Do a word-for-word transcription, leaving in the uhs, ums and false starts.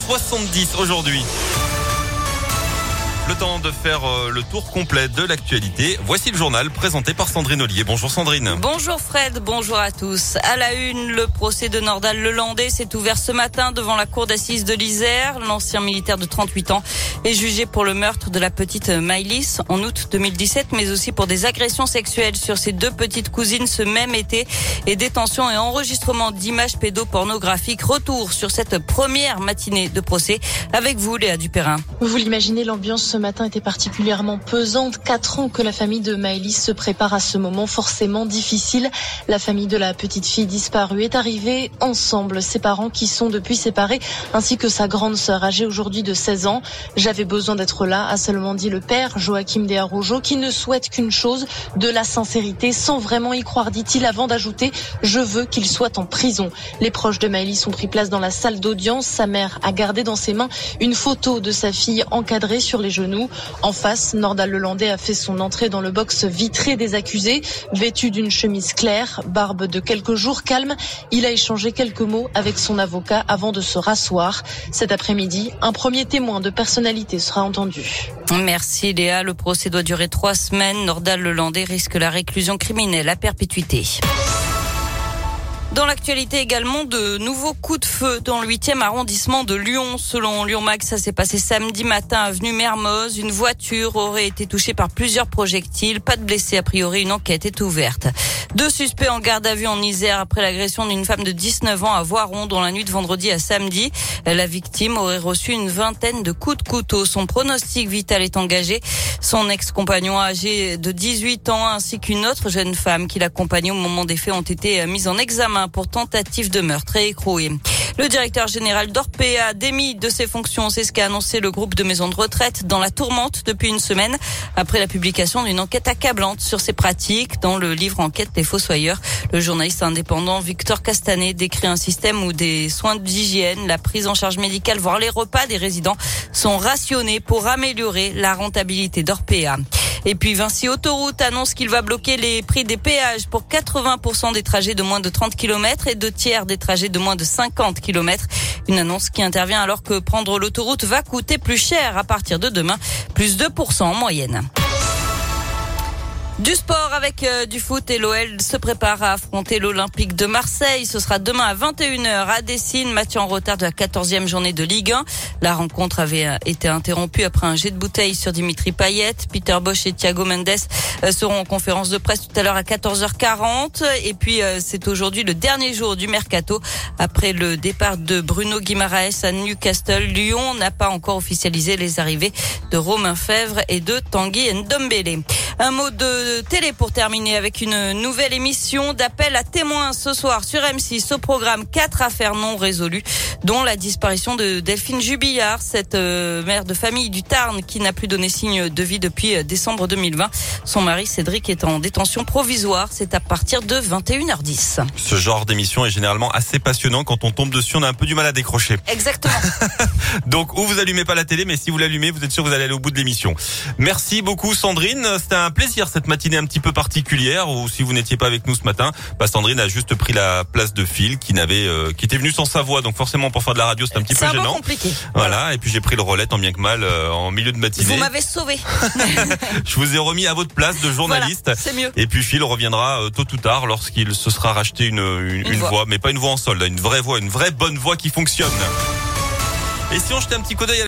soixante-dix aujourd'hui. Le temps de faire le tour complet de l'actualité. Voici le journal présenté par Sandrine Ollier. Bonjour Sandrine. Bonjour Fred, bonjour à tous. À la une, le procès de Nordal Lelandais s'est ouvert ce matin devant la cour d'assises de l'Isère. L'ancien militaire de trente-huit ans est jugé pour le meurtre de la petite Maëlys en août deux mille dix-sept, mais aussi pour des agressions sexuelles sur ses deux petites cousines ce même été et détention et enregistrement d'images pédopornographiques. Retour sur cette première matinée de procès avec vous, Léa Dupérin. Vous l'imaginez, l'ambiance ce matin était particulièrement pesante. Quatre ans que la famille de Maëlys se prépare à ce moment forcément difficile. La famille de la petite fille disparue est arrivée ensemble. Ses parents qui sont depuis séparés, ainsi que sa grande sœur âgée aujourd'hui de seize ans. J'avais besoin d'être là, a seulement dit le père, Joachim de Araujo, qui ne souhaite qu'une chose, de la sincérité, sans vraiment y croire, dit-il, avant d'ajouter « Je veux qu'il soit en prison ». Les proches de Maëlys ont pris place dans la salle d'audience. Sa mère a gardé dans ses mains une photo de sa fille encadrée sur les genoux. En face, Nordal Lelandais a fait son entrée dans le box vitré des accusés. Vêtu d'une chemise claire, barbe de quelques jours, calme, il a échangé quelques mots avec son avocat avant de se rasseoir. Cet après-midi, un premier témoin de personnalité sera entendu. Merci Léa. Le procès doit durer trois semaines. Nordal Lelandais risque la réclusion criminelle à perpétuité. Dans l'actualité également, de nouveaux coups de feu dans le huitième arrondissement de Lyon. Selon Lyon Mag, ça s'est passé samedi matin avenue Mermoz. Une voiture aurait été touchée par plusieurs projectiles. Pas de blessés a priori, une enquête est ouverte. Deux suspects en garde à vue en Isère après l'agression d'une femme de dix-neuf ans à Voiron dans la nuit de vendredi à samedi. La victime aurait reçu une vingtaine de coups de couteau. Son pronostic vital est engagé. Son ex-compagnon âgé de dix-huit ans ainsi qu'une autre jeune femme qui l'accompagnait au moment des faits ont été mises en examen pour tentative de meurtre et écroué. Le directeur général d'Orpea démis de ses fonctions. C'est ce qu'a annoncé le groupe de maisons de retraite dans la tourmente depuis une semaine après la publication d'une enquête accablante sur ses pratiques dans le livre Enquête des Fossoyeurs. Le journaliste indépendant Victor Castanet décrit un système où des soins d'hygiène, la prise en charge médicale, voire les repas des résidents sont rationnés pour améliorer la rentabilité d'Orpea. Et puis Vinci Autoroute annonce qu'il va bloquer les prix des péages pour quatre-vingts pour cent des trajets de moins de trente kilomètres et deux tiers des trajets de moins de cinquante kilomètres. Une annonce qui intervient alors que prendre l'autoroute va coûter plus cher à partir de demain, plus deux pour cent en moyenne. Du sport avec euh, du foot et l'O L se prépare à affronter l'Olympique de Marseille. Ce sera demain à vingt et une heures à Dessine, match en retard de la quatorzième journée de Ligue un. La rencontre avait euh, été interrompue après un jet de bouteille sur Dimitri Payet. Peter Bosz et Thiago Mendes euh, seront en conférence de presse tout à l'heure à quatorze heures quarante. Et puis euh, c'est aujourd'hui le dernier jour du mercato. Après le départ de Bruno Guimaraes à Newcastle, Lyon n'a pas encore officialisé les arrivées de Romain Fèvre et de Tanguy Ndombele. Un mot de télé pour terminer avec une nouvelle émission d'appel à témoins ce soir sur M six. Au programme, quatre affaires non résolues, dont la disparition de Delphine Jubillard, cette euh, mère de famille du Tarn qui n'a plus donné signe de vie depuis euh, décembre deux mille vingt. Son mari Cédric est en détention provisoire. C'est à partir de vingt et une heures dix. Ce genre d'émission est généralement assez passionnant. Quand on tombe dessus, on a un peu du mal à décrocher. Exactement. Donc, ou vous allumez pas la télé, mais si vous l'allumez, vous êtes sûr que vous allez aller au bout de l'émission. Merci beaucoup Sandrine. C'était un plaisir cette matinée un petit peu particulière, ou si vous n'étiez pas avec nous ce matin, bah Sandrine a juste pris la place de Phil qui n'avait euh, qui était venu sans sa voix, donc forcément pour faire de la radio c'est un petit c'est peu un gênant. Peu compliqué. Voilà. voilà, et puis j'ai pris le relais tant bien que mal euh, en milieu de matinée. Vous m'avez sauvé. Je vous ai remis à votre place de journaliste. Voilà, c'est mieux. Et puis Phil reviendra euh, tôt ou tard lorsqu'il se sera racheté une une, une, une voix. voix, mais pas une voix en solde, une vraie voix, une vraie bonne voix qui fonctionne. Et si on jetait un petit coup d'œil à